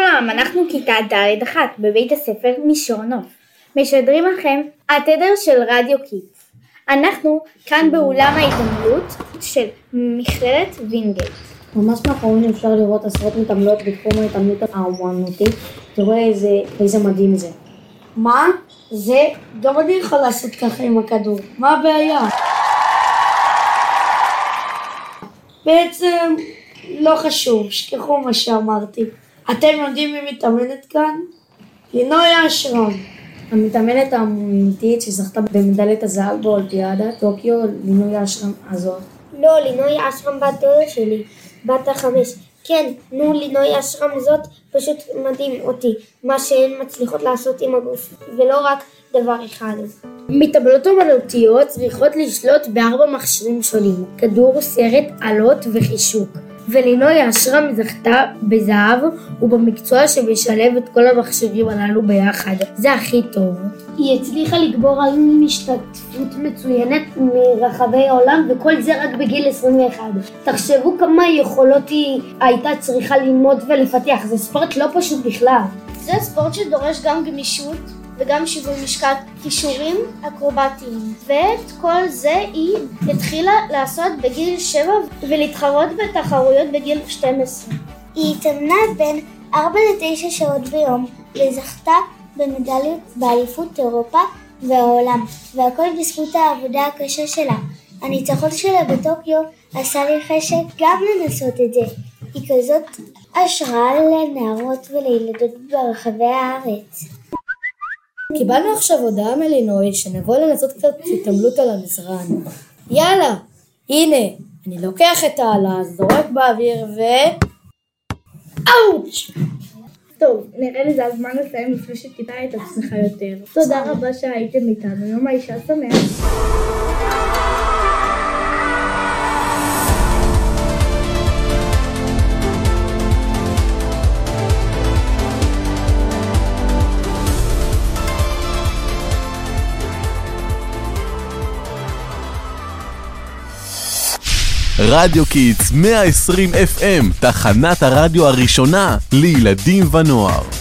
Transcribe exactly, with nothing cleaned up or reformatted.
שלום, אנחנו כיתה ד' אחת בבית הספר מישור נוף. משדרים לכם התדר של רדיו קיטס. אנחנו כאן באולם ההתעמלות של מכללת וינגייט. ממש מאחורינו אפשר לראות עשרות מתעמלות בתחום ההתעמלות האומנותית. תראה איזה, איזה מדהים זה. מה? זה? גם אני יכול לעשות ככה עם הכדור. מה הבעיה? בעצם לא חשוב, שכחו מה שאמרתי. אתם יודעים מי מתאמנת כאן? לינוי אשרם. המתאמנת האומנותית שזכתה במדליית הזהב באולימפיאדת טוקיו, לינוי אשרם הזאת. לא, לינוי אשרם בת דודה שלי, בת החמש. כן, נו, לינוי אשרם זאת פשוט מדהים אותי, מה שהן מצליחות לעשות עם הגוף, ולא רק דבר אחד. מתעמלות אומנותיות צריכות לשלוט בארבע מכשירים שונים, כדור, סרט, עלות וחישוק. ולינוי אשרם זכתה בזהב ובמקצוע שמשלב את כל המכשירים הללו ביחד. זה הכי טוב. היא הצליחה לגבור על השתתפות מצוינת מרחבי העולם, וכל זה רק בגיל עשרים ואחת. תחשבו כמה יכולות היא הייתה צריכה ללמוד ולפתח. זה ספורט לא פשוט בכלל. זה ספורט שדורש גם גמישות וגם שיווי משקל, כישורים אקרובטיים, ואת כל זה היא התחילה לעשות בגיל שבע ולהתחרות בתחרויות בגיל שתים עשרה. היא התאמנה בין ארבע לתשע שעות ביום וזכתה במדליות באליפות אירופה והעולם, והכל בזכות העבודה הקשה שלה. הניצחון שלה בטוקיו עשה לי חשק גם לנסות את זה. היא כזאת השראה לנערות ולילדות ברחבי הארץ. קיבלנו עכשיו הודעה מלינוי שנבוא לנסות קצת התעמלות על המזרן. יאללה, הנה, אני לוקח את העלה, זורק באוויר ו... אאוץ'! טוב, נראה לי זה הזמן לסיים לפני שתדע את עצמך יותר. תודה רבה שהייתם איתנו, יום האישה שמח. רדיו קיטס מאה ועשרים אף אם, תחנת הרדיו הראשונה לילדים ונוער.